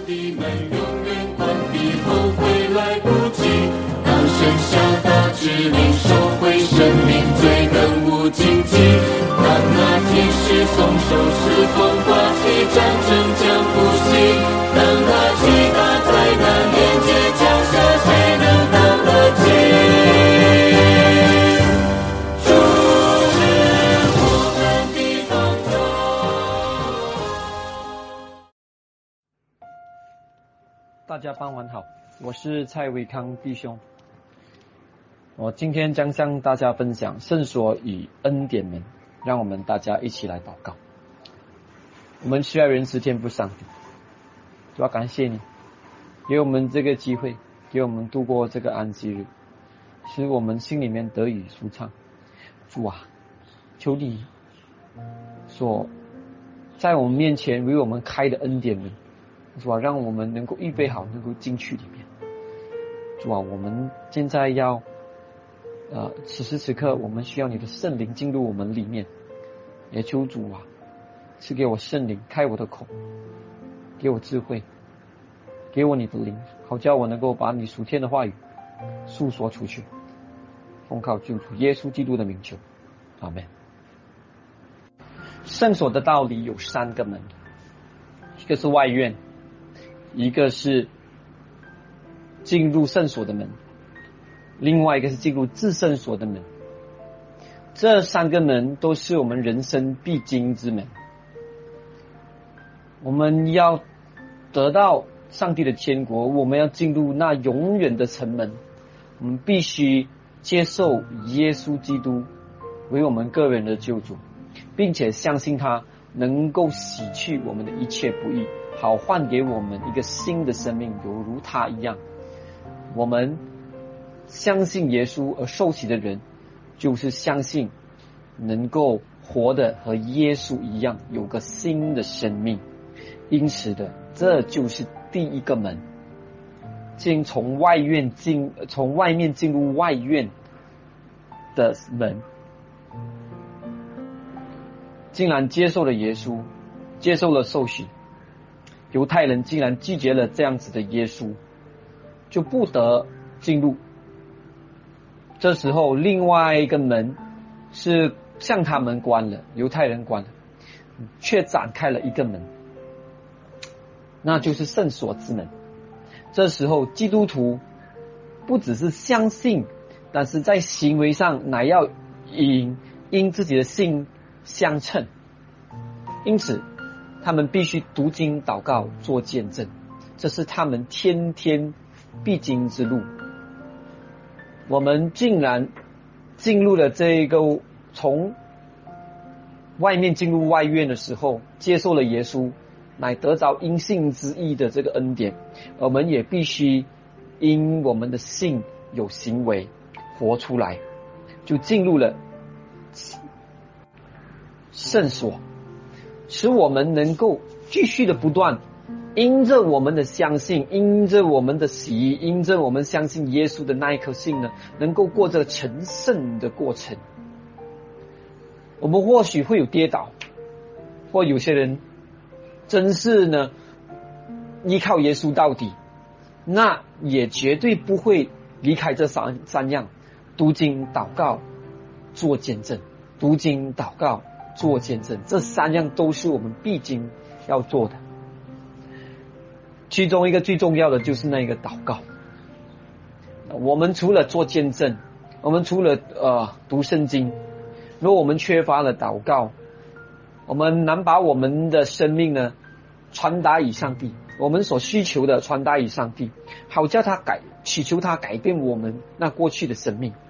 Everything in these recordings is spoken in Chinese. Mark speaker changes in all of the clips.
Speaker 1: 的门永远关闭，后悔来不及。当剩下大志能收回生命，罪更无荆棘。当那天使松手是风刮起，战争将不息。当那巨大灾难连接降下，谁能当得起？主是我们的方舟。
Speaker 2: 大家傍晚好，我是蔡伟康弟兄。我今天将向大家分享圣所与恩典门，让我们大家一起来祷告。我们需要仁慈天父上帝，主要感谢你给我们这个机会，给我们度过这个安息日，使我们心里面得以舒畅。主啊，求你所在我们面前为我们开的恩典门，主啊，让我们能够预备好，能够进去里面。主啊，我们现在要此时此刻我们需要你的圣灵进入我们里面，也求主啊赐给我圣灵，开我的口，给我智慧，给我你的灵，好叫我能够把你属天的话语诉说出去。奉靠救主耶稣基督的名求，阿们。圣所的道理有3个门，一个是外院，一个是进入圣所的门，另外一个是进入至圣所的门。这3个门都是我们人生必经之门。我们要得到上帝的天国，我们要进入那永远的城门，我们必须接受耶稣基督为我们个人的救主，并且相信他能够洗去我们的一切不义，好换给我们一个新的生命，犹如他一样。我们相信耶稣而受洗的人，就是相信能够活得和耶稣一样，有个新的生命。因此的，这就是第一个门，从外面进入外院的门。竟然接受了耶稣，接受了受洗，犹太人竟然拒绝了这样子的耶稣，就不得进入。这时候另外一个门是向他们关了，犹太人关了，却展开了一个门，那就是圣所之门。这时候基督徒不只是相信，但是在行为上乃要因自己的信相称。因此他们必须读经祷告做见证，这是他们天天必经之路。我们竟然进入了这个从外面进入外院的时候，接受了耶稣，乃得着因信之义的这个恩典。我们也必须因我们的信有行为活出来，就进入了圣所，使我们能够继续的不断因着我们的相信，因着我们的喜，因着我们相信耶稣的那一颗心呢，能够过这成圣的过程。我们或许会有跌倒，或有些人真是呢依靠耶稣到底，那也绝对不会离开这三样：读经祷告做见证，读经祷告做见证，这3样都是我们必经要做的。其中一个最重要的就是那个祷告。我们除了做见证，我们除了读圣经，如果我们缺乏了祷告，我们难把我们的生命呢传达与上帝，我们所需求的传达与上帝，好叫他祈求他改变我们那过去的生命。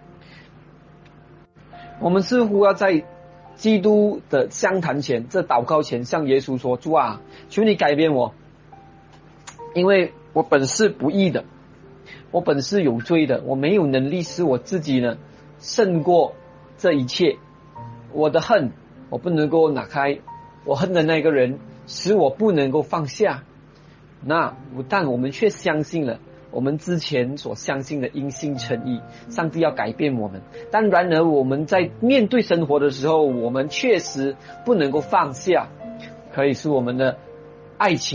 Speaker 2: 我们似乎要在基督的香坛前，这祷告前向耶稣说：主啊，求你改变我，因为我本是不义的，我本是有罪的，我没有能力使我自己呢胜过这一切。我的恨我不能够拿开，我恨的那个人使我不能够放下。但我们却相信了我们之前所相信的因信称义，上帝要改变我们。但然而我们在面对生活的时候，我们确实不能够放下，可以是我们的爱情，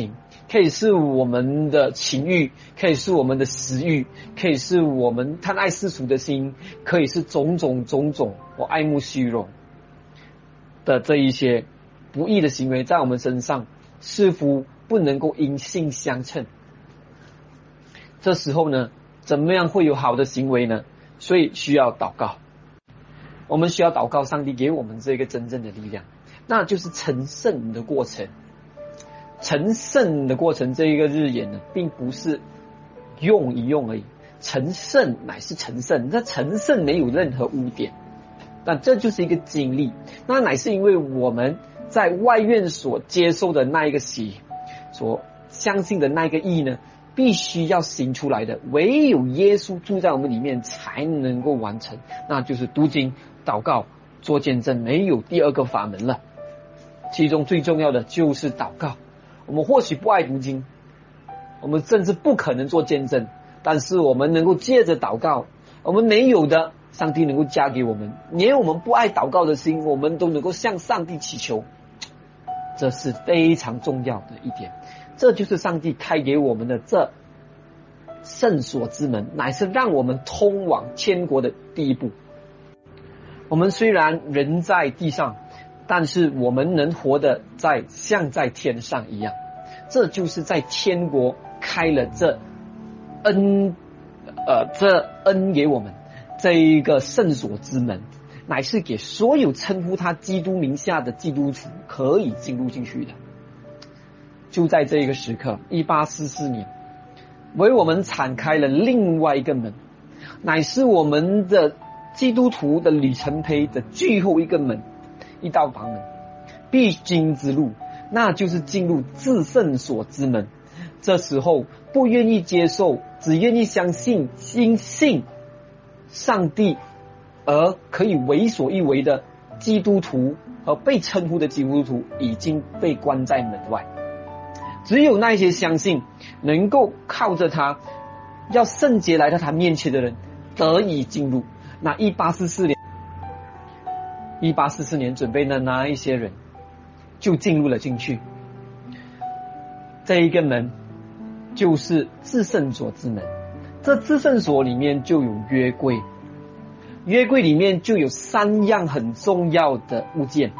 Speaker 2: 可以是我们的情欲，可以是我们的食欲，可以是我们贪爱世俗的心，可以是种种我爱慕虚荣的这一些不义的行为在我们身上似乎不能够因信相称。这时候呢，怎么样会有好的行为呢？所以需要祷告，我们需要祷告上帝给我们这个真正的力量，那就是成圣的过程。成圣的过程这一个日言呢，并不是用一用而已，成圣乃是成圣，这成圣没有任何污点，但这就是一个经历，那乃是因为我们在外院所接受的那一个喜，所相信的那一个义呢，必须要行出来的，唯有耶稣住在我们里面才能够完成，那就是读经、祷告、做见证，没有第二个法门了。其中最重要的就是祷告。我们或许不爱读经，我们甚至不可能做见证，但是我们能够借着祷告，我们没有的上帝能够加给我们，连我们不爱祷告的心，我们都能够向上帝祈求，这是非常重要的一点。这就是上帝开给我们的这圣所之门，乃是让我们通往天国的第一步。我们虽然人在地上，但是我们能活得像在天上一样，这就是在天国开了这恩给我们这一个圣所之门，乃是给所有称呼他基督名下的基督徒可以进入进去的。就在这一个时刻，1844年，为我们敞开了另外一个门，乃是我们的基督徒的里程碑的最后一个门，一道房门，必经之路，那就是进入至圣所之门。这时候不愿意接受，只愿意相信信上帝而可以为所欲为的基督徒和被称呼的基督徒已经被关在门外。只有那些相信能够靠着他要圣洁来到他面前的人得以进入。那1844年准备的那一些人就进入了进去。这一个门就是至圣所之门，这至圣所里面就有约柜，约柜里面就有3样很重要的物件，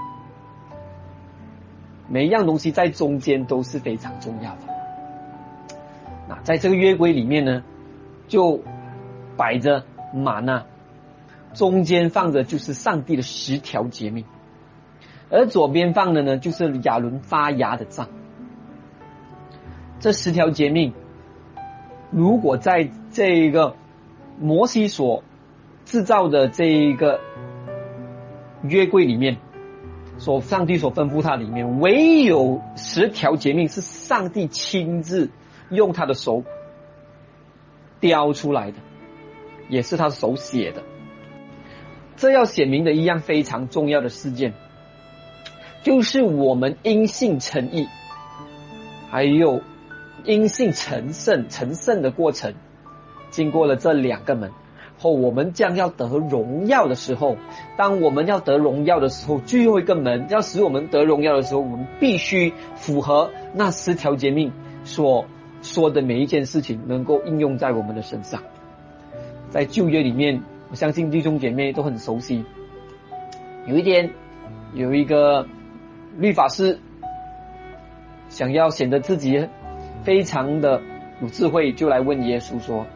Speaker 2: 每一样东西在中间都是非常重要的。那在这个约柜里面呢，就摆着玛纳，中间放着就是上帝的10条诫命，而左边放的呢就是亚伦发芽的杖。这10条诫命如果在这一个摩西所制造的这一个约柜里面，上帝所吩咐他里面，唯有10条诫命是上帝亲自用他的手雕出来的，也是他手写的。这要显明的一样非常重要的事件，就是我们因信称义，还有因信成圣的过程，经过了这2个门后，我们将要得荣耀的时候，当我们要得荣耀的时候，最后一个门要使我们得荣耀的时候，我们必须符合那10条诫命所说的每一件事情能够应用在我们的身上。在旧约里面，我相信弟兄姐妹都很熟悉，有一天有一个律法师想要显得自己非常的有智慧，就来问耶稣说，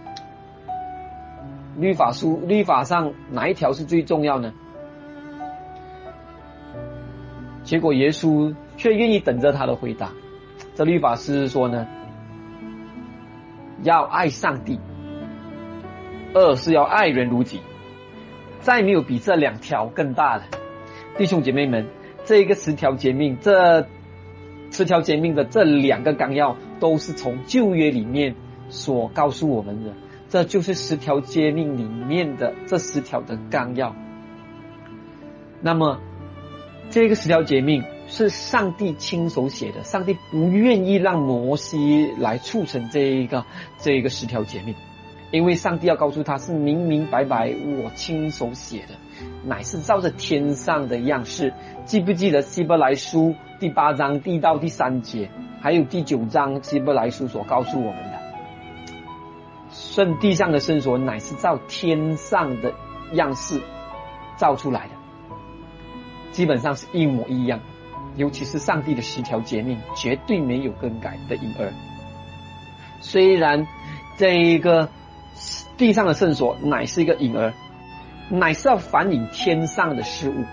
Speaker 2: 律法上哪一条是最重要呢？结果耶稣却愿意等着他的回答。这律法师说呢，要爱上帝，2是要爱人如己，再没有比这2条更大的。弟兄姐妹们，这一个10条诫命，这10条诫命的这2个纲要都是从旧约里面所告诉我们的，这就是10条诫命里面的这10条的纲要。那么这个10条诫命是上帝亲手写的，上帝不愿意让摩西来促成这一个10条诫命，因为上帝要告诉他是明明白白我亲手写的，乃是照着天上的样式。记不记得希伯来书第8章第1到第3节，还有第9章希伯来书所告诉我们的，地上的圣所乃是照天上的样式造出来的，基本上是一模一样，尤其是上帝的10条诫命绝对没有更改的婴儿。虽然这一个地上的圣所乃是一个婴儿，乃是要反映天上的事物。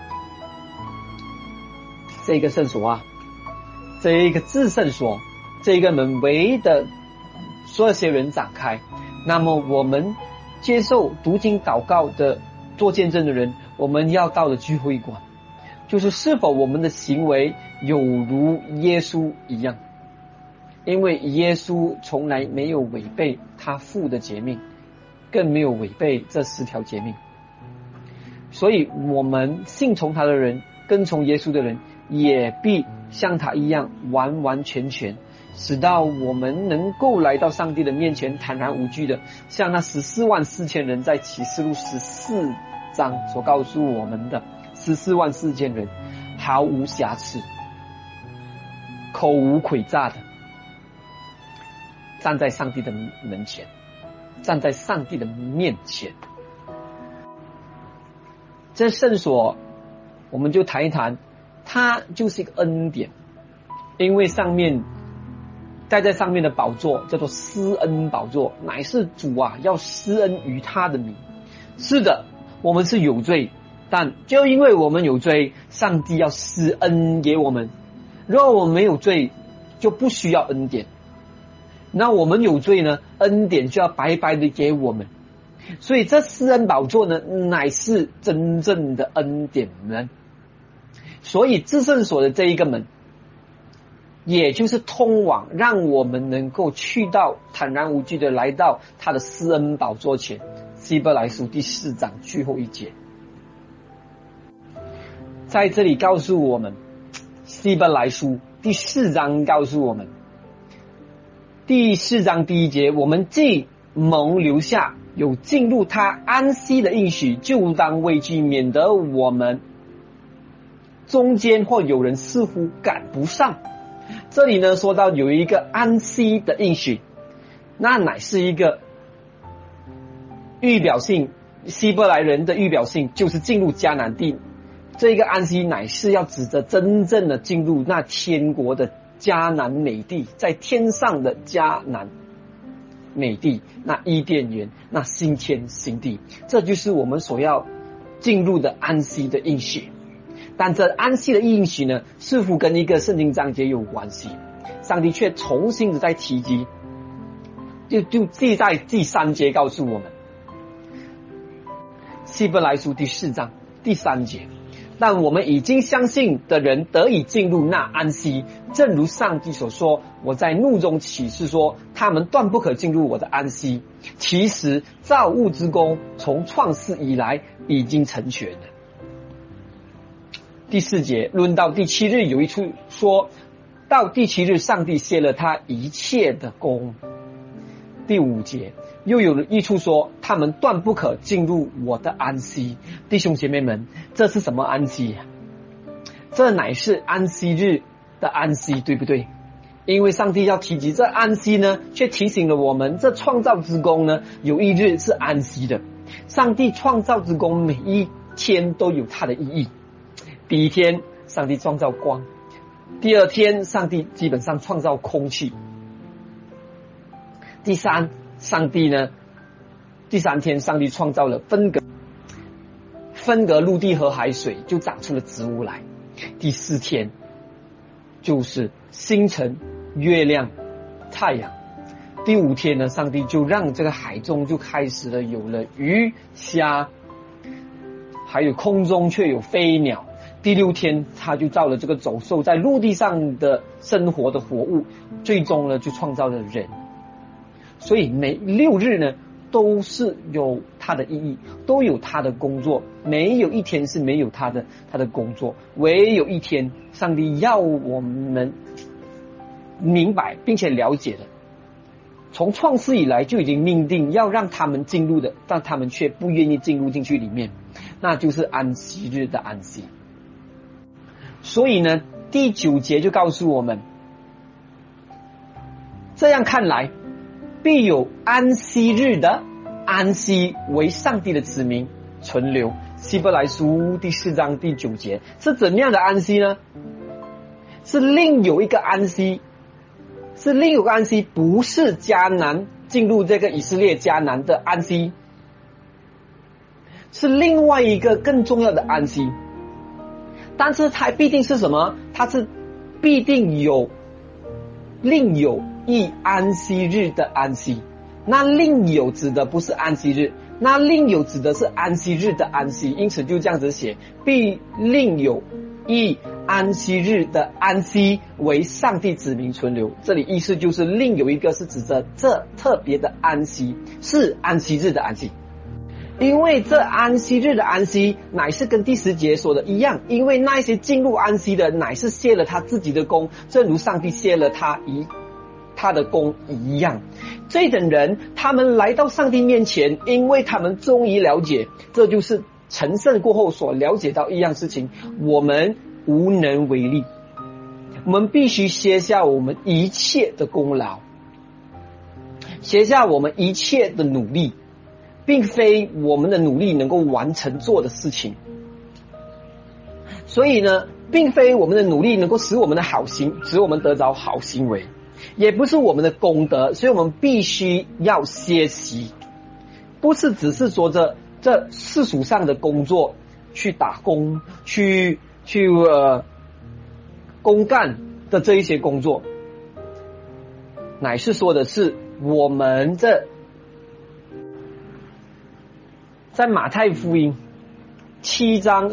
Speaker 2: 这个圣所啊，这一个至圣所，这一个门围的所有些人展开，那么我们接受读经祷告的做见证的人，我们要到的聚会馆，就是是否我们的行为有如耶稣一样，因为耶稣从来没有违背他父的诫命，更没有违背这10条诫命，所以我们信从他的人，跟从耶稣的人，也必像他一样完完全全，使到我们能够来到上帝的面前坦然无惧的，像那14万4千人在启示录14章所告诉我们的14万4千人，毫无瑕疵，口无诡诈的站在上帝的门前，站在上帝的面前。这圣所我们就谈一谈，它就是一个恩典，因为上面戴在上面的宝座叫做施恩宝座，乃是主啊要施恩于他的名。是的，我们是有罪，但就因为我们有罪，上帝要施恩给我们。如果我们没有罪，就不需要恩典，那我们有罪呢，恩典就要白白的给我们。所以这施恩宝座呢，乃是真正的恩典门。所以至圣所的这一个门，也就是通往让我们能够去到坦然无惧的来到他的施恩宝座前。希伯来书第4章最后1节在这里告诉我们，希伯来书第4章告诉我们，第4章第1节，我们既蒙留下有进入他安息的应许，就当畏惧，免得我们中间或有人似乎赶不上。这里呢说到有一个安息的应许，那乃是一个预表性，希伯来人的预表性就是进入迦南地。这个安息乃是要指着真正的进入那天国的迦南美地，在天上的迦南美地，那伊甸园，那新天新地，这就是我们所要进入的安息的应许。但这安息的应许呢，似乎跟一个圣经章节有关系，上帝却重新的在提及，就记在第3节告诉我们，希伯来书第4章第3节，但我们已经相信的人得以进入那安息，正如上帝所说，我在怒中起誓说，他们断不可进入我的安息。其实造物之功从创世以来已经成全了。第4节论到第7日，有一处说到第7日上帝歇了他一切的功。第5节又有一处说，他们断不可进入我的安息。弟兄姐妹们，这是什么安息啊？这乃是安息日的安息，对不对？因为上帝要提及这安息呢，却提醒了我们，这创造之功呢，有一日是安息的。上帝创造之功每一天都有它的意义。第一天上帝创造光，第2天上帝基本上创造空气，第3天上帝创造了分隔陆地和海水，就长出了植物来。第4天就是星辰、月亮、太阳。第5天呢，上帝就让这个海中就开始了有了鱼虾，还有空中却有飞鸟。第6天他就造了这个走兽，在陆地上的生活的活物，最终呢就创造了人。所以每6日呢都是有它的意义，都有它的工作，没有一天是没有它的工作。唯有一天上帝要我们明白并且了解的，从创世以来就已经命定要让他们进入的，但他们却不愿意进入进去里面，那就是安息日的安息。所以呢， 第9节就告诉我们，这样看来，必有安息日的安息为上帝的子民存留。希伯来书第4章第9节是怎样的安息呢？是另有一个安息，不是迦南进入这个以色列迦南的安息，是另外一个更重要的安息。但是它必定是什么？它是必定另有一安息日的安息。那另有指的不是安息日，那另有指的是安息日的安息，因此就这样子写，必另有一安息日的安息为上帝子民存留。这里意思就是另有一个是指着这特别的安息，是安息日的安息。因为这安息日的安息乃是跟第10节说的一样，因为那些进入安息的乃是卸了他自己的功，正如上帝卸了他的功一样。这等人他们来到上帝面前，因为他们终于了解，这就是成圣过后所了解到一样事情，我们无能为力，我们必须卸下我们一切的功劳，卸下我们一切的努力，并非我们的努力能够完成做的事情。所以呢，并非我们的努力能够使我们得着好行为，也不是我们的功德，所以我们必须要歇息，不是只是说着这世俗上的工作去打工，去公干的这一些工作，乃是说的是我们在马太福音7章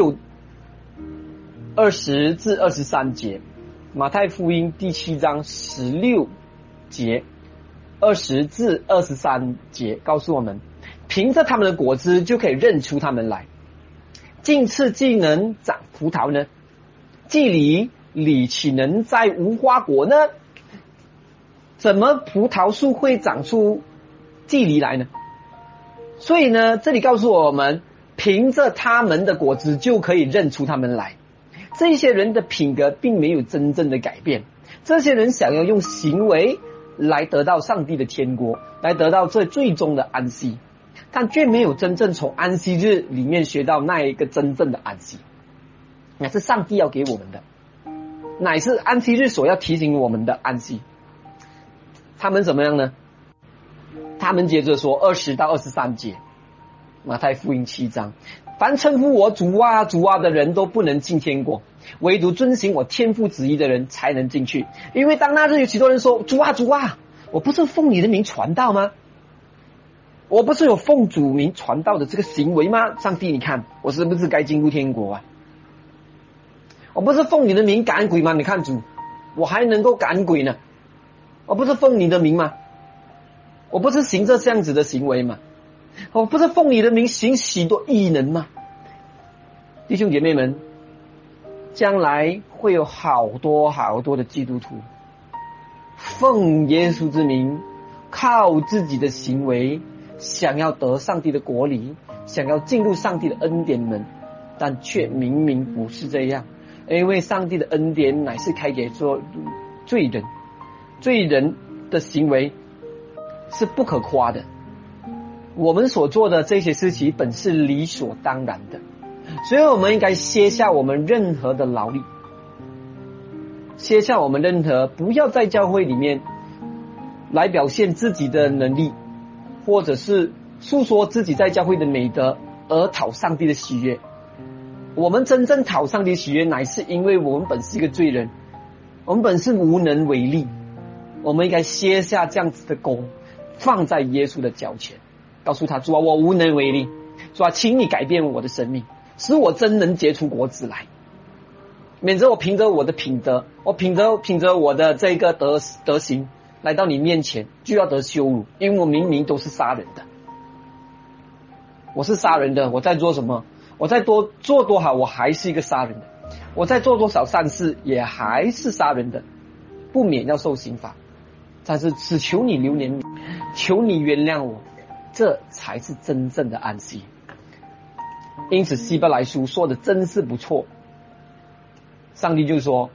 Speaker 2: 16、20至23节，马太福音第7章16节、20至23节告诉我们，凭着他们的果子就可以认出他们来。荆刺既能长葡萄呢？蒺里岂能摘无花果呢？怎么葡萄树会长出蒺藜来呢？所以呢，这里告诉我们，凭着他们的果子就可以认出他们来。这些人的品格并没有真正的改变，这些人想要用行为来得到上帝的天国，来得到这最终的安息，但却没有真正从安息日里面学到那一个真正的安息，乃是上帝要给我们的，乃是安息日所要提醒我们的安息。他们怎么样呢？他们接着说20到23节，马太福音7章，凡称呼我主啊主啊的人都不能进天国，唯独遵行我天父旨意的人才能进去。因为当那日有许多人说，主啊主啊，我不是奉你的名传道吗？我不是有奉主名传道的这个行为吗？上帝你看我是不是该进入天国啊？我不是奉你的名赶鬼吗？你看主，我还能够赶鬼呢。我不是奉你的名吗？我不是行这样子的行为吗？我不是奉你的名行许多异能吗？弟兄姐妹们，将来会有好多好多的基督徒奉耶稣之名，靠自己的行为想要得上帝的国里，想要进入上帝的恩典门，但却明明不是这样。因为上帝的恩典乃是开给做罪人的行为是不可夸的，我们所做的这些事情本是理所当然的，所以我们应该卸下我们任何的劳力，卸下我们任何，不要在教会里面来表现自己的能力，或者是诉说自己在教会的美德而讨上帝的喜悦。我们真正讨上帝的喜悦，乃是因为我们本是一个罪人，我们本是无能为力，我们应该卸下这样子的功，放在耶稣的脚前，告诉他，主啊，我无能为力，主啊，请你改变我的生命，使我真能结出果子来，免得我凭着我的品德，我凭着我的这个德行来到你面前就要得羞辱，因为我明明都是杀人的，我是杀人的，我在做什么？我在做多好，我还是一个杀人的，我在做多少善事也还是杀人的，不免要受刑罚，但是只求你留怜悯，求你原谅我，这才是真正的安息。因此希伯来书说的真是不错， 上帝就说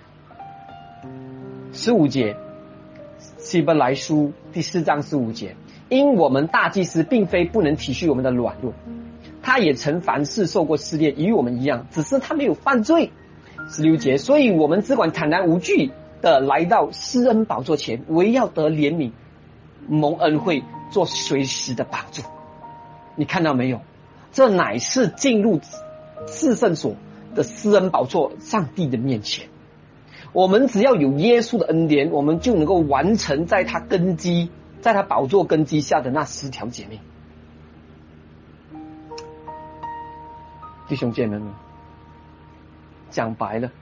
Speaker 2: 15节，希伯来书第4章15节，因我们大祭司并非不能体恤我们的软弱，他也曾凡事受过试炼，与我们一样，只是他没有犯罪。16节，所以我们只管坦然无惧的来到施恩宝座前，唯要得怜悯，蒙恩惠，做随时的帮助。你看到没有？这乃是进入至圣所的施恩宝座上帝的面前。我们只要有耶稣的恩典，我们就能够完成在他宝座根基下的那10条诫命。弟兄姐妹们，讲白了，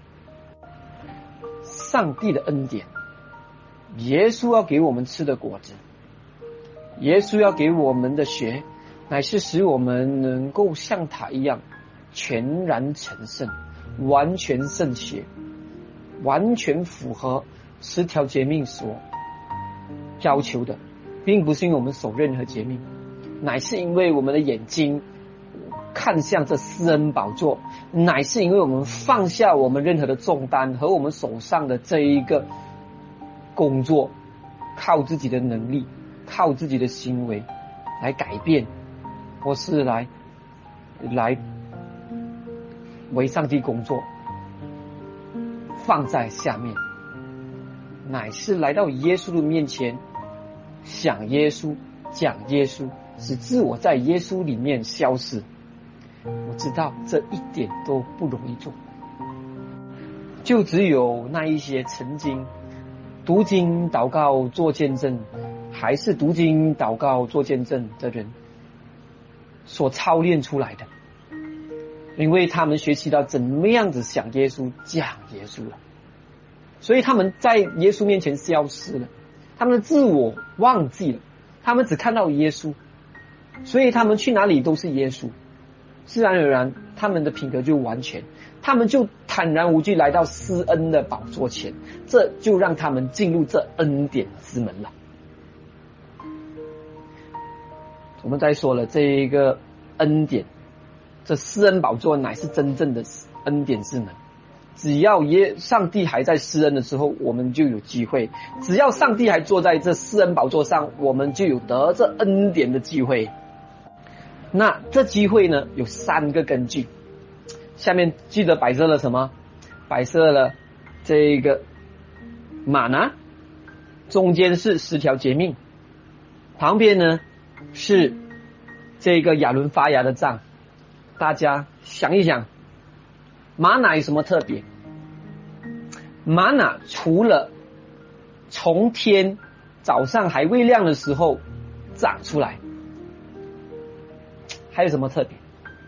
Speaker 2: 上帝的恩典，耶稣要给我们吃的果子，耶稣要给我们的血，乃是使我们能够像他一样全然成圣，完全圣洁，完全符合10条诫命所要求的，并不是因为我们守任何诫命，乃是因为我们的眼睛看向这施恩宝座，乃是因为我们放下我们任何的重担和我们手上的这一个工作，靠自己的能力，靠自己的行为来改变，或是来为上帝工作，放在下面，乃是来到耶稣的面前，想耶稣，讲耶稣，使自我在耶稣里面消失。我知道这一点都不容易做，就只有那一些曾经读经祷告做见证，还是读经祷告做见证的人所操练出来的，因为他们学习到怎么样子想耶稣，讲耶稣了，所以他们在耶稣面前消失了，他们的自我忘记了，他们只看到耶稣，所以他们去哪里都是耶稣，自然而然他们的品格就完全，他们就坦然无惧来到施恩的宝座前，这就让他们进入这恩典之门了。我们再说了，这一个恩典，这施恩宝座乃是真正的恩典之门，只要上帝还在施恩的时候，我们就有机会，只要上帝还坐在这施恩宝座上，我们就有得这恩典的机会。那这机会呢，有3个根据，下面记得摆设了什么？摆设了这个玛拿，中间是10条诫命，旁边呢是这个亚伦发芽的杖。大家想一想，玛拿有什么特别？玛拿除了从天早上还未亮的时候长出来，还有什么特别？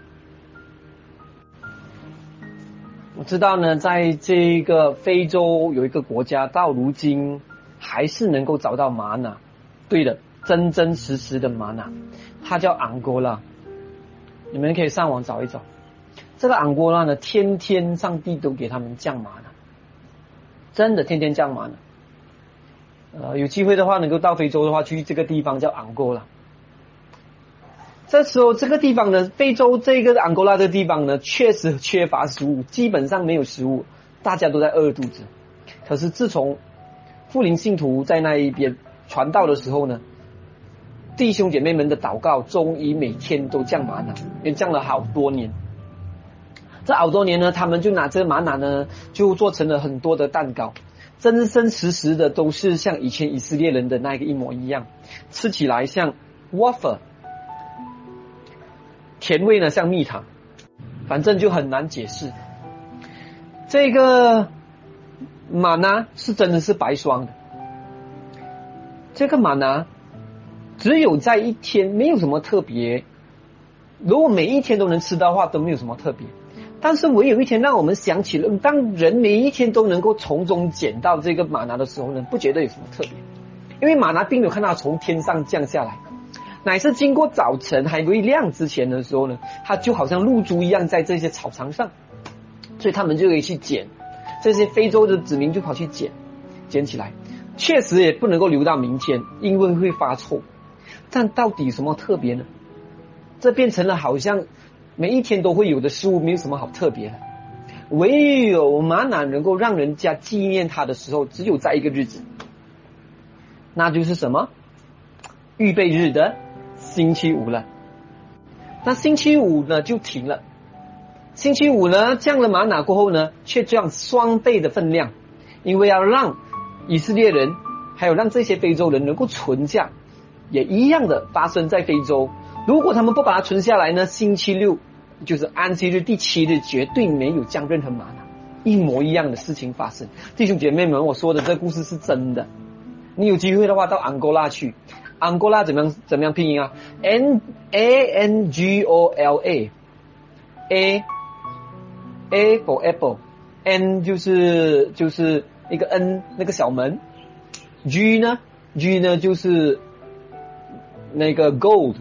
Speaker 2: 我知道呢，在这个非洲有一个国家，到如今还是能够找到玛拿，对的，真真实实的玛拿，它叫昂哥拉。你们可以上网找一找，这个昂哥拉呢，天天上帝都给他们降玛拿，真的天天降玛拿。有机会的话，能够到非洲的话，去这个地方叫昂哥拉。这时候这个地方呢，非洲这个安哥拉的地方呢，确实缺乏食物，基本上没有食物，大家都在饿肚子。可是自从复临信徒在那一边传道的时候呢，弟兄姐妹们的祷告终于每天都降玛拿，也降了好多年。这好多年呢，他们就拿这玛拿呢，就做成了很多的蛋糕，真真实实的都是像以前以色列人的那个一模一样，吃起来像 wafer，甜味呢像蜜糖，反正就很难解释。这个玛拿是真的是白霜的，这个玛拿只有在一天，没有什么特别，如果每一天都能吃到的话都没有什么特别，但是唯有一天让我们想起了，当人每一天都能够从中捡到这个玛拿的时候呢，不觉得有什么特别，因为玛拿并没有看到从天上降下来，乃是经过早晨还未亮之前的时候呢，它就好像露珠一样在这些草场上，所以他们就可以去捡，这些非洲的子民就跑去捡起来，确实也不能够留到明天，因为会发臭。但到底什么特别呢？这变成了好像每一天都会有的事物，没有什么好特别的。 唯有玛拿能够让人家纪念他的时候，只有在一个日子，那就是什么？预备日的星期五了。那星期五呢就停了。星期五呢降了玛拿过后呢，却降双倍的分量，因为要让以色列人还有让这些非洲人能够存下，也一样的发生在非洲。如果他们不把它存下来呢，星期六就是安息日第7日绝对没有降任何玛拿，一模一样的事情发生。弟兄姐妹们，我说的这个故事是真的。你有机会的话到安哥拉去，安哥拉怎么样拼音啊？ Angola A for apple， N 就是一个 N 那个小门， G 呢就是那个 gold，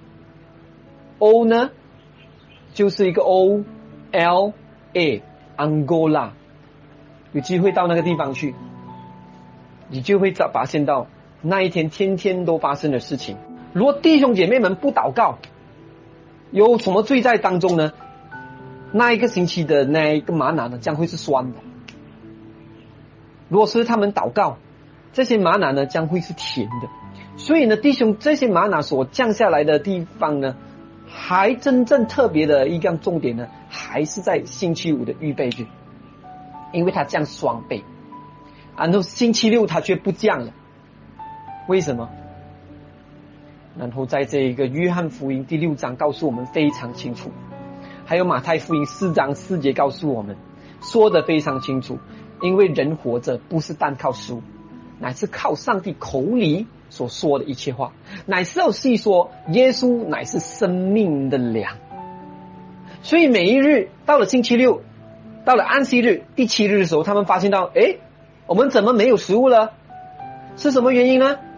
Speaker 2: O 呢就是一个 OLA Angola。 有机会到那个地方去，你就会发现到那一天天天都发生的事情。如果弟兄姐妹们不祷告，有什么罪在当中呢？那一个星期的那一个玛拿呢将会是酸的。如果是他们祷告，这些玛拿呢将会是甜的。所以呢，弟兄，这些玛拿所降下来的地方呢，还真正特别的一个重点呢，还是在星期五的预备日，因为它降双倍。然后星期六它却不降了，为什么？然后在这个约翰福音第6章告诉我们非常清楚，还有马太福音4章4节告诉我们，说得非常清楚，因为人活着不是单靠食物，乃是靠上帝口里所说的一切话，乃是要细说耶稣乃是生命的粮。所以每一日到了星期六，到了安息日第7日的时候，他们发现到我们怎么没有食物了？是什么原因呢？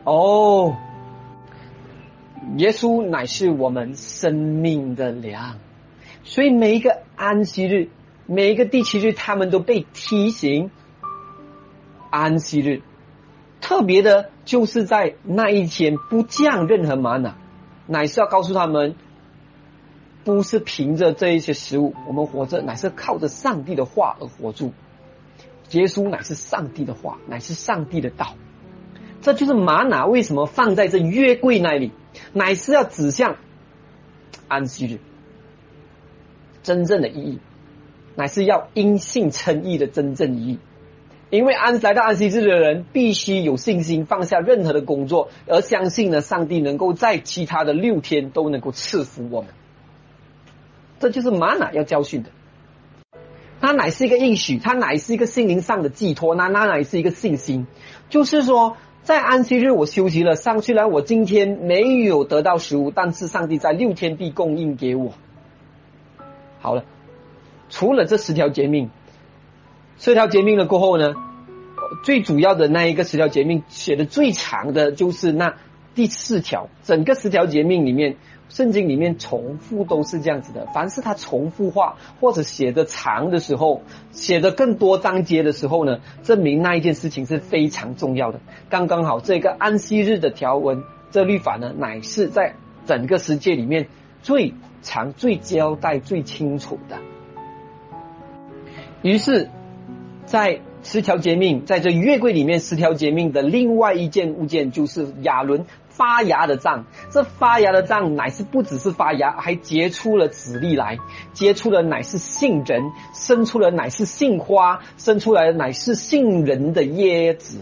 Speaker 2: 耶稣乃是我们生命的粮。所以每一个安息日，每一个第7日，他们都被提醒安息日。特别的就是在那一天不降任何玛拿，乃是要告诉他们，不是凭着这一些食物我们活着，乃是靠着上帝的话而活住。耶稣乃是上帝的话，乃是上帝的道。这就是玛拿为什么放在这约柜那里，乃是要指向安息日真正的意义，乃是要因信称义的真正意义。因为来到安息日的人必须有信心，放下任何的工作，而相信呢，上帝能够在其他的6天都能够赐福我们。这就是玛拿要教训的。它乃是一个应许，它乃是一个心灵上的寄托，那乃是一个信心。就是说在安息日我休息了，虽然我今天没有得到食物，但是上帝在6天必供应给我。好了，除了这10条诫命，10条诫命了过后呢，最主要的那一个10条诫命写的最长的就是那第4条。整个10条诫命里面，圣经里面重复都是这样子的，凡是它重复化或者写的长的时候，写的更多章节的时候呢，证明那一件事情是非常重要的。刚刚好这个安息日的条文，这律法呢，乃是在整个世界里面最长、最交代、最清楚的。于是在10条诫命，在这约柜里面10条诫命的另外一件物件，就是亚伦发芽的杖。这发芽的杖乃是不只是发芽，还结出了籽粒来，结出了乃是杏仁，生出了乃是杏花，生出来乃是杏仁的叶子。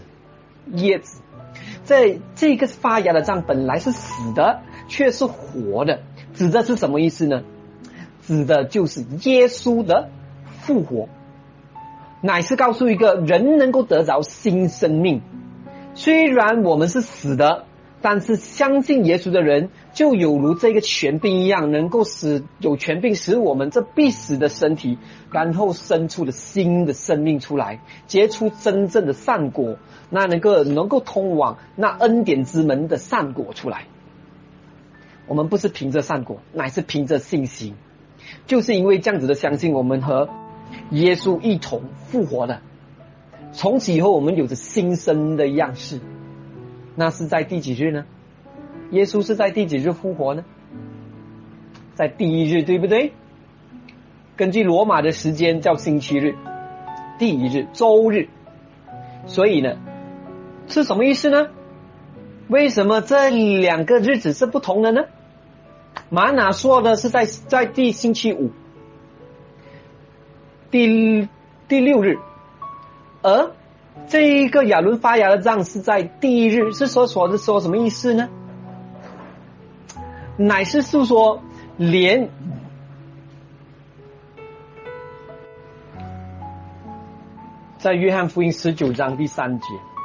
Speaker 2: 在这个发芽的杖本来是死的，却是活的，指的是什么意思呢？指的就是耶稣的复活，乃是告诉一个人能够得着新生命。虽然我们是死的，但是相信耶稣的人就有如这个权柄一样，能够有权柄使我们这必死的身体，然后生出了新的生命出来，结出真正的善果，那能够通往那恩典之门的善果出来。我们不是凭着善果，乃是凭着信心。就是因为这样子的相信，我们和耶稣一同复活了，从此以后我们有着新生的样式。那是在第几日呢？耶稣是在第几日复活呢？在第1日，对不对？ 根据罗马的时间叫星期日，第一日，周日。所以呢，是什么意思呢？为什么这两个日子是不同的呢？玛拿说的是在第星期五，第六日，而这一个亚伦发芽的杖是在第一日，是说什么意思呢？乃是诉说连在约翰福音19章第3节，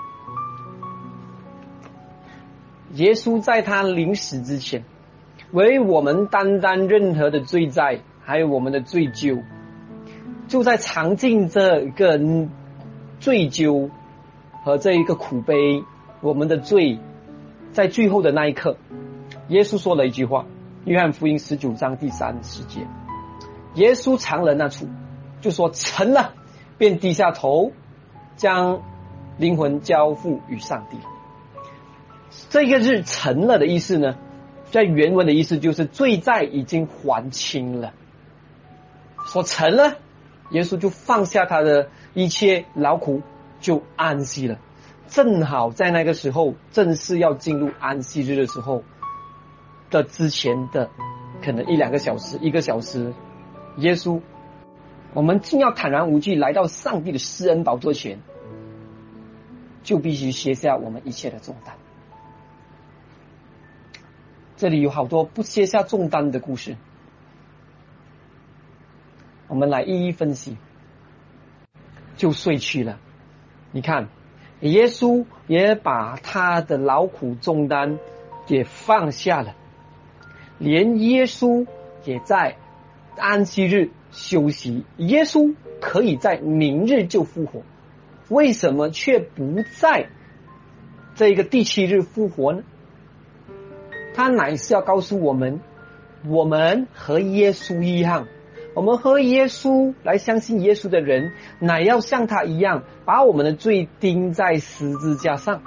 Speaker 2: 耶稣在他临死之前，为我们担当任何的罪债，还有我们的罪疚，就在尝尽这个罪疚和这一个苦悲，我们的罪，在最后的那一刻，耶稣说了一句话，约翰福音19章第30节，耶稣尝了那处，就说成了，便低下头，将灵魂交付于上帝。这个日成了的意思呢，在原文的意思就是罪债已经还清了，说成了，耶稣就放下他的一切劳苦，就安息了。正好在那个时候，正是要进入安息日的时候的之前的可能1-2个小时，1个小时，耶稣，我们竟要坦然无惧来到上帝的施恩宝座前，就必须卸下我们一切的重担。这里有好多不卸下重担的故事，我们来一一分析。就睡去了，你看耶稣也把他的劳苦重担也放下了，连耶稣也在安息日休息。耶稣可以在明日就复活，为什么却不在这个第7日复活呢？他乃是要告诉我们，我们和耶稣一样，我们和耶稣来相信耶稣的人，乃要像他一样，把我们的罪钉在十字架上，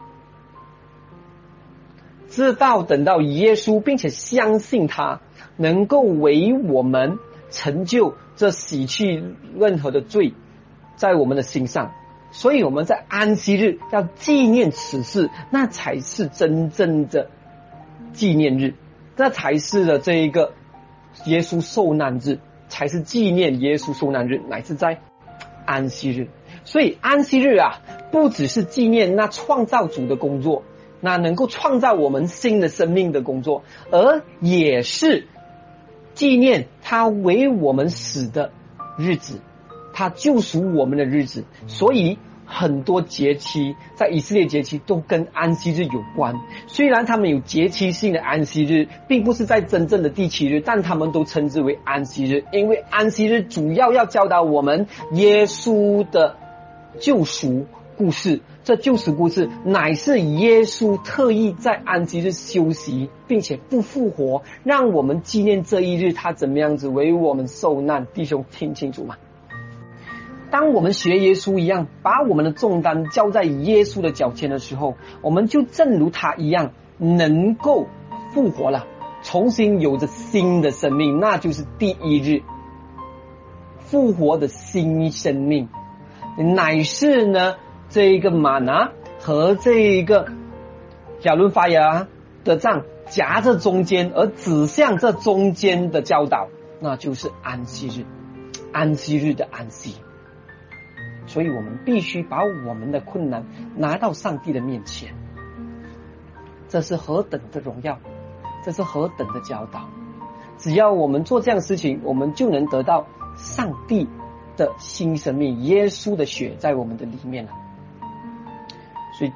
Speaker 2: 直到等到耶稣，并且相信他能够为我们成就这洗去任何的罪在我们的心上。所以我们在安息日要纪念此事，那才是真正的纪念日，那才是的这一个耶稣受难日，才是纪念耶稣受难日，乃是在安息日。所以安息日啊，不只是纪念那创造主的工作，那能够创造我们新的生命的工作，而也是纪念他为我们死的日子，他救赎我们的日子。所以很多节期，在以色列节期都跟安息日有关，虽然他们有节期性的安息日，并不是在真正的第7日，但他们都称之为安息日，因为安息日主要教导我们耶稣的救赎故事。这救赎故事乃是耶稣特意在安息日休息，并且不复活，让我们纪念这一日他怎么样子为我们受难。弟兄听清楚吗？当我们学耶稣一样，把我们的重担交在耶稣的脚前的时候，我们就正如他一样能够复活了，重新有着新的生命，那就是第1日复活的新生命，乃是呢这一个玛拿和这一个亚伦发芽的杖夹着中间，而指向这中间的教导，那就是安息日，安息日的安息。所以我们必须把我们的困难拿到上帝的面前，这是何等的荣耀，这是何等的教导。只要我们做这样的事情，我们就能得到上帝的新生命，耶稣的血在我们的里面了。所以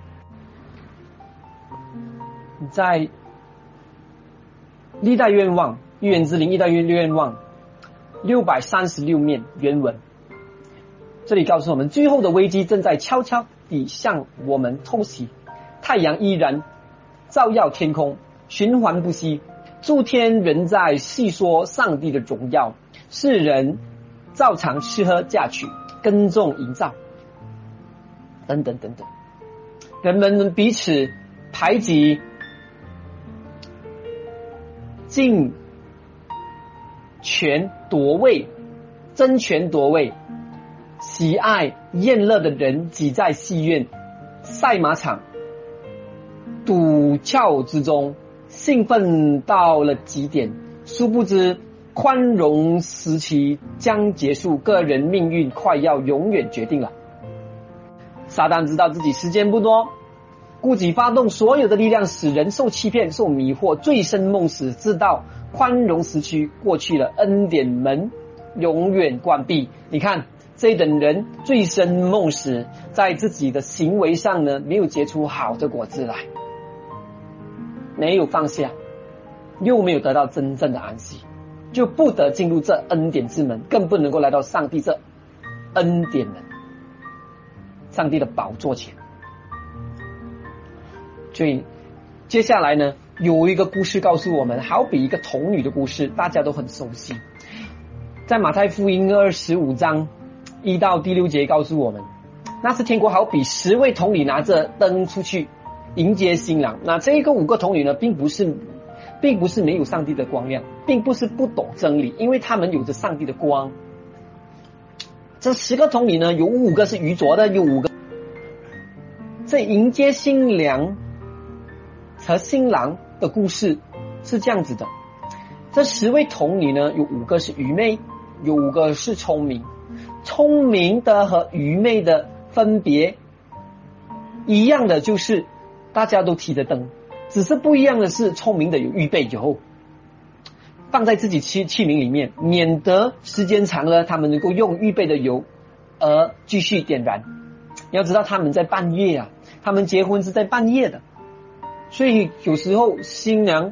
Speaker 2: 在历代愿望预言之灵历代愿望636面原文，这里告诉我们，最后的危机正在悄悄地向我们偷袭，太阳依然照耀天空，循环不息，诸天仍在细说上帝的荣耀，世人照常吃喝嫁娶，耕种营造，等等等等。人们彼此排挤，尽权夺位，争权夺位，喜爱宴乐的人挤在戏院、赛马场、赌窍之中，兴奋到了极点，殊不知宽容时期将结束，个人命运快要永远决定了。撒旦知道自己时间不多，故己发动所有的力量，使人受欺骗、受迷惑，醉生梦死，直到宽容时期过去了，恩典门永远关闭。你看这一等人醉生梦死，在自己的行为上呢，没有结出好的果子来，没有放下，又没有得到真正的安息，就不得进入这恩典之门，更不能够来到上帝这恩典门，上帝的宝座前。所以接下来呢，有一个故事告诉我们，好比一个童女的故事，大家都很熟悉。在马太福音25章1到第6节告诉我们，那是天国好比10位童女拿着灯出去迎接新郎。那这个5个童女呢，并不是没有上帝的光亮，并不是不懂真理，因为他们有着上帝的光。这10个童女呢，有5个是愚拙的，有5个在迎接新娘和新郎的故事是这样子的。这10位童女呢，有5个是愚昧，有5个是聪明。聪明的和愚昧的分别一样的，就是大家都提着灯，只是不一样的是，聪明的有预备油放在自己器皿里面，免得时间长了他们能够用预备的油而继续点燃。你要知道他们在半夜啊，他们结婚是在半夜的，所以有时候新郎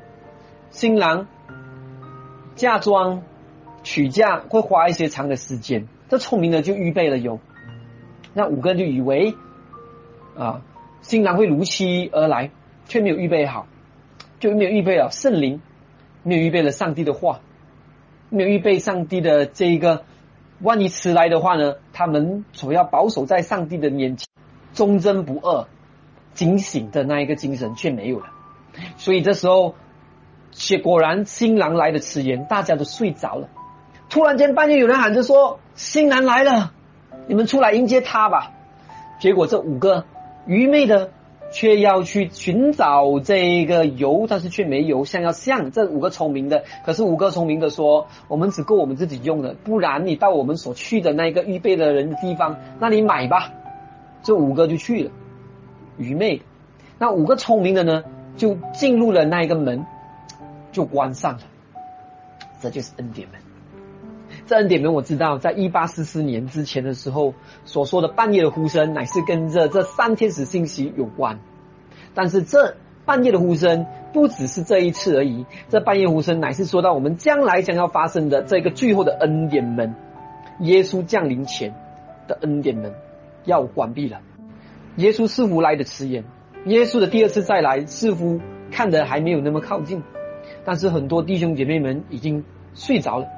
Speaker 2: 嫁妆娶嫁会花一些长的时间，这聪明的就预备了油。那5个就以为新郎会如期而来，却没有预备好，就没有预备了圣灵，没有预备了上帝的话，没有预备上帝的这一个，万一迟来的话呢，他们所要保守在上帝的面前忠贞不二警醒的那一个精神却没有了。所以这时候果然新郎来的迟延，大家都睡着了。突然间半夜有人喊着说，新郎来了，你们出来迎接他吧。结果这5个愚昧的却要去寻找这个油，但是却没油，像这5个聪明的。可是5个聪明的说，我们只够我们自己用的，不然你到我们所去的那个预备的人的地方，那你买吧。这5个就去了，愚昧的。那5个聪明的呢，就进入了那一个门，就关上了。这就是恩典门。这恩典门我知道，在1844年之前的时候所说的半夜的呼声，乃是跟着这3天使信息有关。但是这半夜的呼声不只是这一次而已，这半夜呼声乃是说到我们将来将要发生的这个最后的恩典门，耶稣降临前的恩典门要关闭了。耶稣似乎来的迟延，耶稣的第2次再来似乎看得还没有那么靠近，但是很多弟兄姐妹们已经睡着了。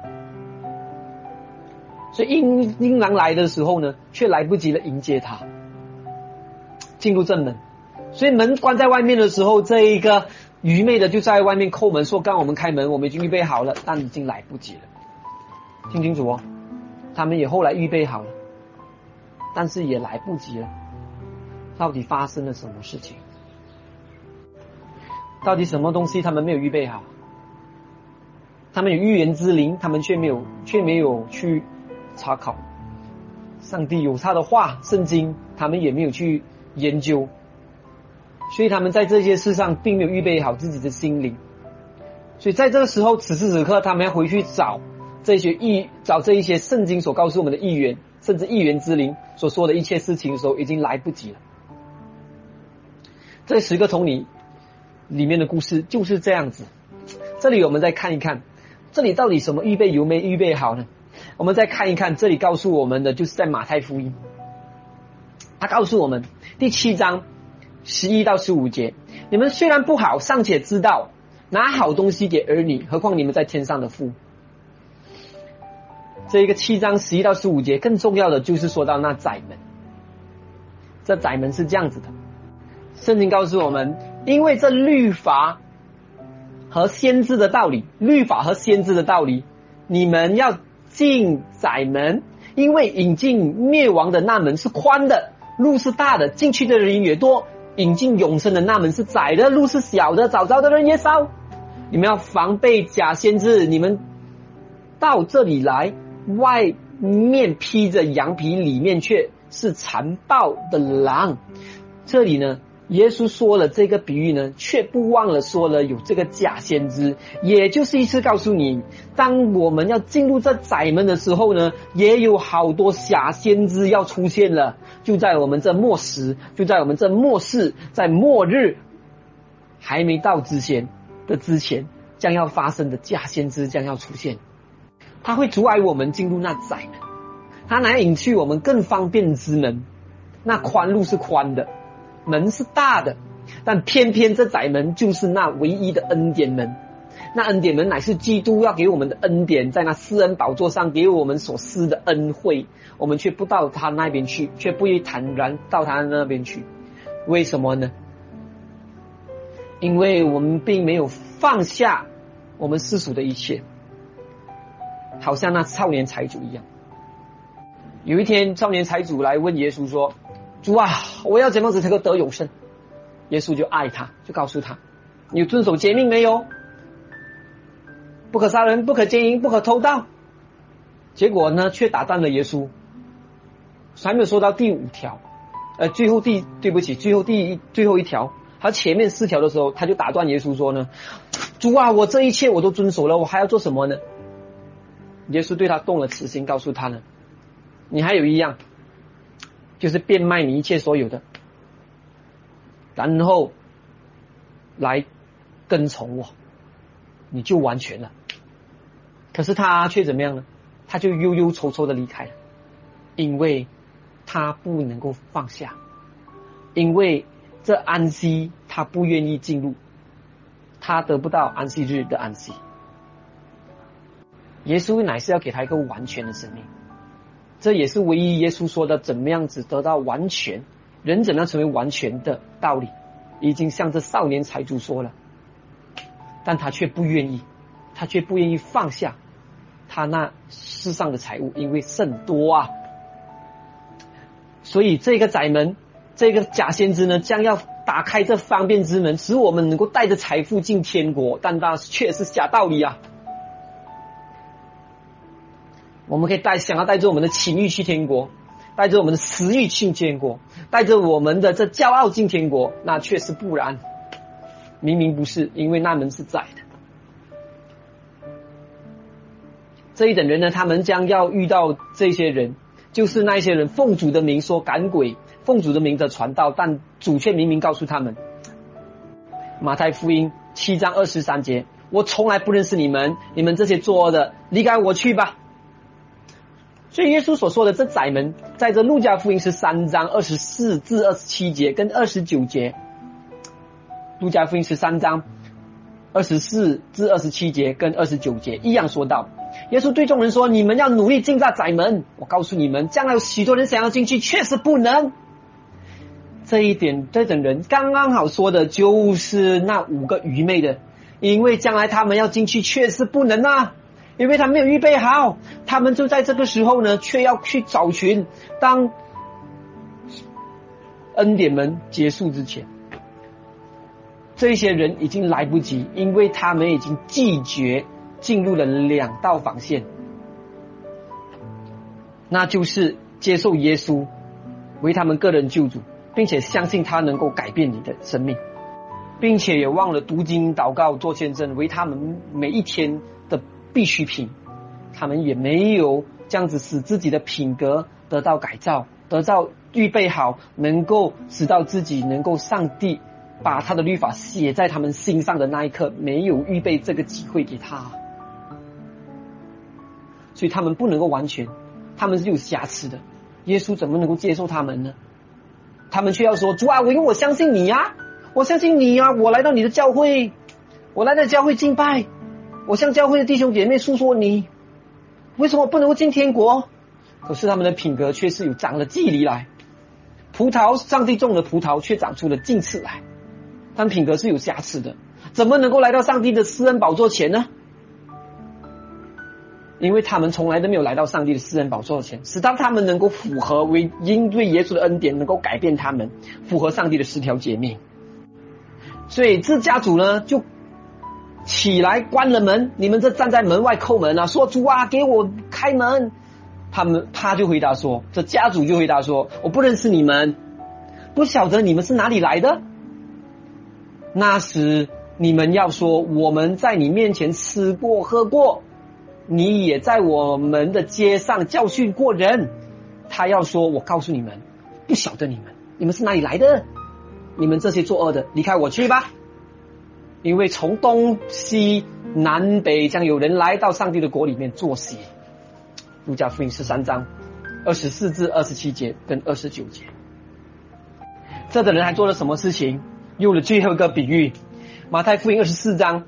Speaker 2: 所以新郎来的时候呢，却来不及了迎接他进入正门。所以门关在外面的时候，这一个愚昧的就在外面叩门说，刚我们开门，我们已经预备好了，但已经来不及了。听清楚哦，他们也后来预备好了，但是也来不及了。到底发生了什么事情？到底什么东西他们没有预备好？他们有预言之灵，他们却没有去查考。上帝有他的话，圣经他们也没有去研究，所以他们在这些事上并没有预备好自己的心灵。所以在这个时候，此时此刻他们要回去找这一些圣经所告诉我们的预言，甚至预言之灵所说的一切事情的时候，已经来不及了。这10个童女里面的故事就是这样子。这里我们再看一看，这里到底什么预备有没预备好呢？我们再看一看，这里告诉我们的就是在马太福音，他告诉我们第7章11到15节，你们虽然不好，尚且知道拿好东西给儿女，何况你们在天上的父。这一个7章11到15节更重要的就是说到那窄门。这窄门是这样子的，圣经告诉我们，因为这律法和先知的道理你们要进窄门，因为引进灭亡的那门是宽的，路是大的，进去的人也多；引进永生的那门是窄的，路是小的，找着的人也少。你们要防备假先知，你们到这里来，外面披着羊皮，里面却是残暴的狼。这里呢，耶稣说了这个比喻呢，却不忘了说了有这个假先知，也就是意思告诉你，当我们要进入这窄门的时候呢，也有好多假先知要出现了，就在我们这末时，就在我们这末世，在末日还没到之前，将要发生的假先知将要出现，他会阻碍我们进入那窄门，他来引去我们更方便之门。那宽路是宽的，门是大的，但偏偏这窄门就是那唯一的恩典门。那恩典门乃是基督要给我们的恩典，在那施恩宝座上给我们所施的恩惠，我们却不到他那边去，却不愿坦然到他那边去。为什么呢？因为我们并没有放下我们世俗的一切，好像那少年财主一样。有一天少年财主来问耶稣说，主啊，我要怎么样子才能得永生？耶稣就爱他，就告诉他，你遵守诫命没有？不可杀人，不可奸淫，不可偷盗。结果呢，却打断了耶稣，还没有说到第5条，最后一条，他前面4条的时候，他就打断耶稣说呢，主啊，我这一切我都遵守了，我还要做什么呢？耶稣对他动了慈心，告诉他呢，你还有一样，就是变卖你一切所有的，然后来跟从我，你就完全了。可是他却怎么样呢？他就忧忧愁愁的离开了，因为他不能够放下，因为这安息他不愿意进入，他得不到安息日的安息。耶稣乃是要给他一个完全的生命，这也是唯一耶稣说的怎么样子得到完全，人怎样成为完全的道理，已经向这少年财主说了，但他却不愿意放下他那世上的财物，因为甚多啊。所以这个窄门，这个假先知呢，将要打开这方便之门，使我们能够带着财富进天国，但它却是假道理啊。我们可以想要带着我们的情欲去天国，带着我们的私欲进天国，带着我们的这骄傲进天国，那确实不然，明明不是，因为那门是窄的。这一等人呢，他们将要遇到这些人，就是那些人奉主的名说赶鬼，奉主的名的传道，但主却明明告诉他们，马太福音7章23节，我从来不认识你们，你们这些作恶的，离开我去吧。所以耶稣所说的这窄门，在这路加福音13章24至27节跟29节，路加福音13章24至27节跟29节一样说到，耶稣对众人说，你们要努力进这窄门，我告诉你们，将来有许多人想要进去，确实不能。这一点这等人刚刚好说的就是那5个愚昧的，因为将来他们要进去确实不能啊，因为他没有预备好，他们就在这个时候呢，却要去找寻，当恩典门结束之前，这些人已经来不及，因为他们已经拒绝进入了2道防线，那就是接受耶稣为他们个人救主，并且相信他能够改变你的生命，并且也忘了读经祷告做见证为他们每一天的必需品，他们也没有这样子使自己的品格得到改造，得到预备好，能够使到自己能够上帝把他的律法写在他们心上的那一刻，没有预备这个机会给他，所以他们不能够完全，他们是有瑕疵的，耶稣怎么能够接受他们呢？他们却要说，主啊，因为我相信你啊，我相信你啊，我来到你的教会，我来到教会敬拜，我向教会的弟兄姐妹诉说你，为什么不能够进天国？可是他们的品格却是有长了距离来，葡萄上帝种的葡萄却长出了茎刺来，但品格是有瑕疵的，怎么能够来到上帝的施恩宝座前呢？ 因为他们从来都没有来到上帝的施恩宝座前，使到他们能够符合因为耶稣的恩典能够改变他们，符合上帝的10条诫命。所以这家主呢就起来关了门，你们这站在门外叩门啊，说主啊给我开门。他就回答说，这家主就回答说，我不认识你们，不晓得你们是哪里来的。那时你们要说，我们在你面前吃过喝过，你也在我们的街上教训过人。他要说，我告诉你们，不晓得你们是哪里来的，你们这些作恶的，离开我去吧。因为从东西南北将有人来到上帝的国里面坐席。路加福音13章24至27节跟29节。这的人还做了什么事情？用了最后一个比喻，马太福音24章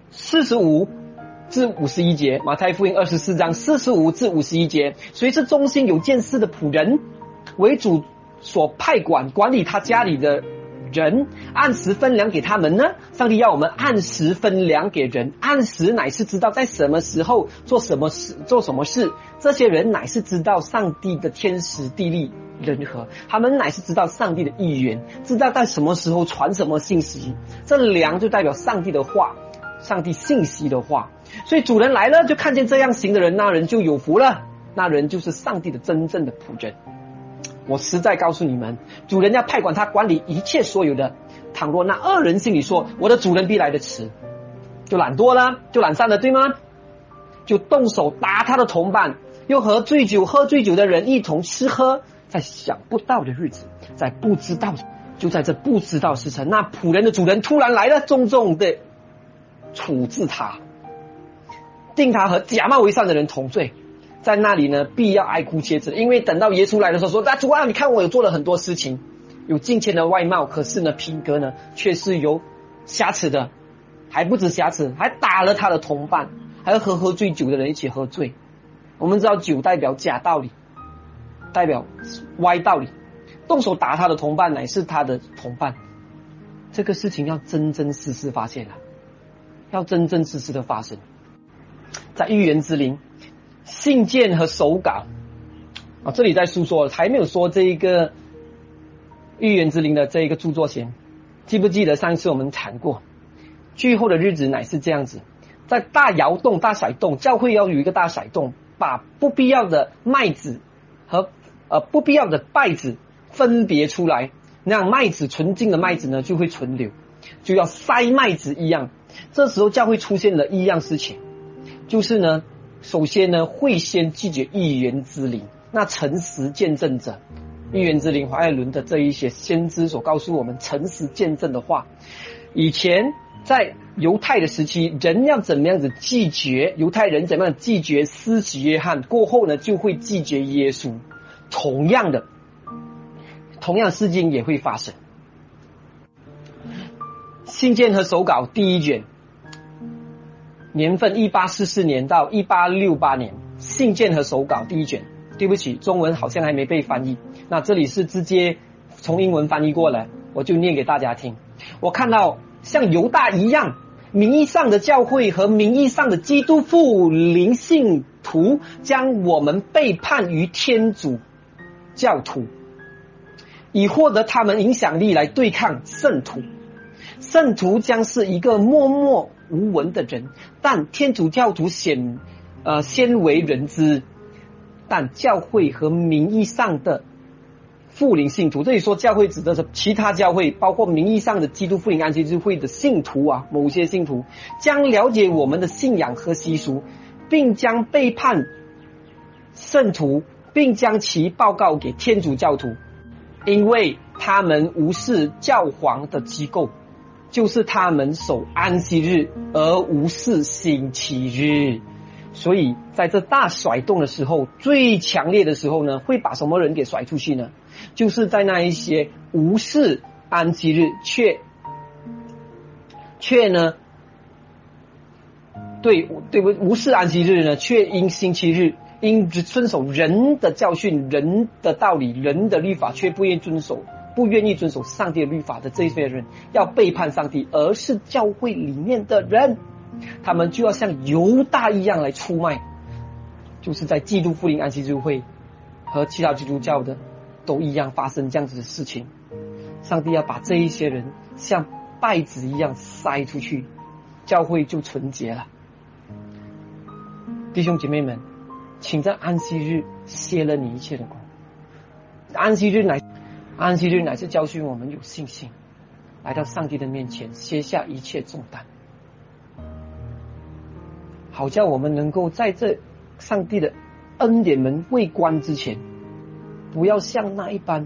Speaker 2: 45至51节，马太福音24章45至51节。所以是忠心有见识的仆人，为主所派管理他家里的人，按时分粮给他们呢。上帝要我们按时分粮给人，按时乃是知道在什么时候做什么事。这些人乃是知道上帝的天时地利人和，他们乃是知道上帝的意愿，知道在什么时候传什么信息。这粮就代表上帝的话，上帝信息的话。所以主人来了，就看见这样行的人，那人就有福了，那人就是上帝的真正的仆人。我实在告诉你们，主人要派管他管理一切所有的。倘若那恶人心里说，我的主人必来得迟，就懒惰了，就懒散了，对吗？就动手打他的同伴，又喝醉酒的人一同吃喝，在想不到的日子，就在这不知道时辰，那仆人的主人突然来了，重重的处置他，定他和假冒为善的人同罪。在那里呢，必要哀哭切齿，因为等到耶稣来的时候说，主啊，你看我有做了很多事情，有敬虔的外貌，可是呢品格呢却是有瑕疵的。还不止瑕疵，还打了他的同伴，还要喝醉酒的人一起喝醉。我们知道酒代表假道理，代表歪道理，动手打他的同伴乃是他的同伴。这个事情要真真实实发现了，要真真实实的发生。在预言之灵信件和手稿这里在述说，还没有说这一个预言之灵的这一个著作前。记不记得上一次我们谈过，最后的日子乃是这样子，在大窑洞大甩动，教会要有一个大甩动，把不必要的麦子和不必要的稗子分别出来，那样麦子纯净的麦子呢就会存留，就要筛麦子一样。这时候教会出现了一样事情，就是呢首先呢会先拒绝预言之灵，那诚实见证者，预言之灵华爱伦的这一些先知所告诉我们诚实见证的话。以前在犹太的时期，人要怎么样子拒绝，犹太人怎么样拒绝施洗约翰，过后呢就会拒绝耶稣。同样的事情也会发生。信件和手稿第一卷，年份1844年到1868年，信件和手稿第一卷。对不起，中文好像还没被翻译，那这里是直接从英文翻译过来，我就念给大家听。我看到像犹大一样，名义上的教会和名义上的基督复临信徒将我们背叛于天主教徒，以获得他们影响力来对抗圣徒。圣徒将是一个默默无闻的人，但天主教徒鲜为人知。但教会和名义上的复临信徒，这里说教会指的是其他教会，包括名义上的基督复临安息日会的信徒某些信徒将了解我们的信仰和习俗，并将背叛圣徒，并将其报告给天主教徒，因为他们无视教皇的机构，就是他们守安息日而无视星期日。所以在这大甩动的时候，最强烈的时候呢，会把什么人给甩出去呢？就是在那一些无视安息日却呢无视安息日呢，却因星期日因遵守人的教训、人的道理、人的律法，却不愿意遵守上帝的律法的这些人，要背叛上帝，而是教会里面的人，他们就要像犹大一样来出卖， 就是在基督复临安息日会和其他基督教的都一样发生这样子的事情。上帝要把这一些人像稗子一样筛出去，教会就纯洁了。弟兄姐妹们，请在安息日歇了你一切的工。安息日乃是教训我们有信心，来到上帝的面前，卸下一切重担，好叫我们能够在这上帝的恩典门未关之前，不要像那一般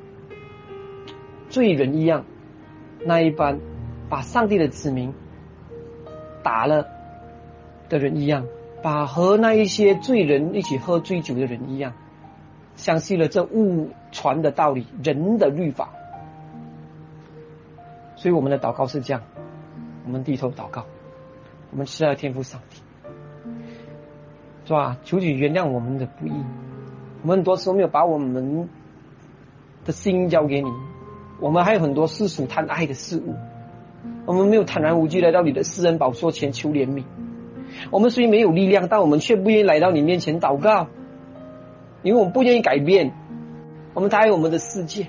Speaker 2: 罪人一样，那一般把上帝的子民打了的人一样，把和那一些罪人一起喝醉酒的人一样，相信了这误传的道理，人的律法。所以我们的祷告是这样，我们低头祷告，我们是要天父上帝，是吧？求主原谅我们的不义，我们很多时候没有把我们的心交给你，我们还有很多世俗贪爱的事物，我们没有坦然无惧来到你的施恩宝座前求怜悯。我们虽没有力量，但我们却不愿意来到你面前祷告，因为我们不愿意改变。我们太爱我们的世界，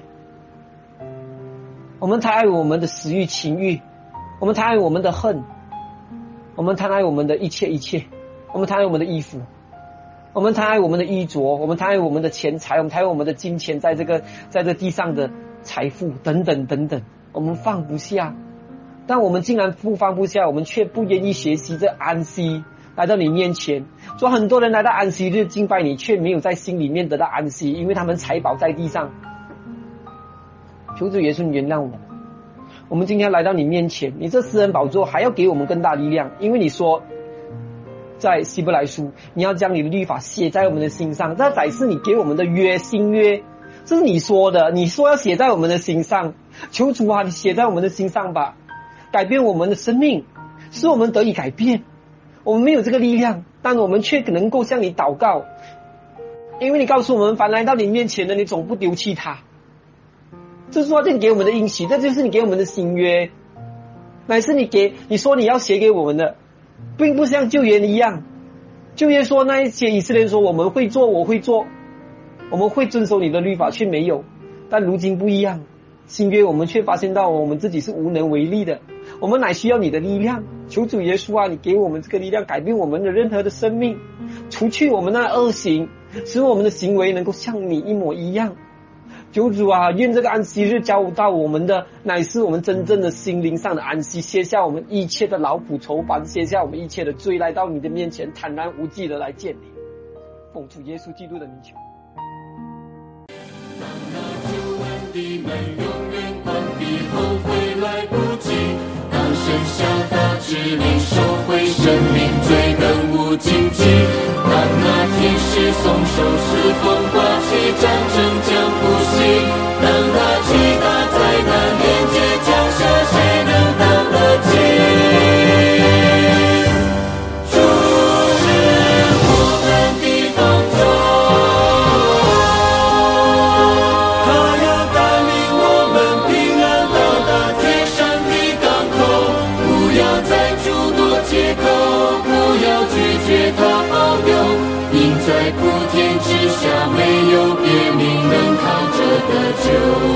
Speaker 2: 我们太爱我们的食欲情欲，我们太爱我们的恨，我们太爱我们的一切，我们太爱我们的衣服，我们太爱我们的衣着，我们太爱我们的钱财，我们太爱我们的金钱，在这地上的财富等等等等，我们放不下。但我们竟然不放不下，我们却不愿意学习这安息，来到你面前。说很多人来到安息日敬拜你，却没有在心里面得到安息，因为他们财宝在地上。求主耶稣，你原谅我们。我们今天来到你面前，你这施恩宝座还要给我们更大力量，因为你说在希伯来书，你要将你的律法写在我们的心上，这才是你给我们的约，新约，这是你说的，你说要写在我们的心上。求主啊，你写在我们的心上吧，改变我们的生命，使我们得以改变。我们没有这个力量，但我们却能够向你祷告，因为你告诉我们，凡来到你面前的，你总不丢弃他。这是你给我们的应许，这就是你给我们的新约，乃是你说你要写给我们的，并不像旧约一样。旧约说那一些以色列人说我们会做，我会做，我们会遵守你的律法，却没有。但如今不一样，新约我们却发现到我们自己是无能为力的，我们乃需要你的力量。求主耶稣啊，你给我们这个力量，改变我们的任何的生命，除去我们那恶行，使我们的行为能够像你一模一样。求主啊，愿这个安息日教导我们的，乃是我们真正的心灵上的安息，卸下我们一切的劳苦愁烦，卸下我们一切的罪，来到你的面前，坦然无惧的来见你。奉主耶稣基督的名求。
Speaker 1: 当那救恩的门永远关闭后，回来不及。当神下达指令，收回生命，罪更无荆棘。当那天使松手，是风刮起，战争将不息。当那极大灾难连接降下，谁能当得起？主是我们的方舟，他要带领我们平安到达天上的港口。不要再诸多借口，不要拒绝他保佑。因在普天之下，没有别名能靠着得救。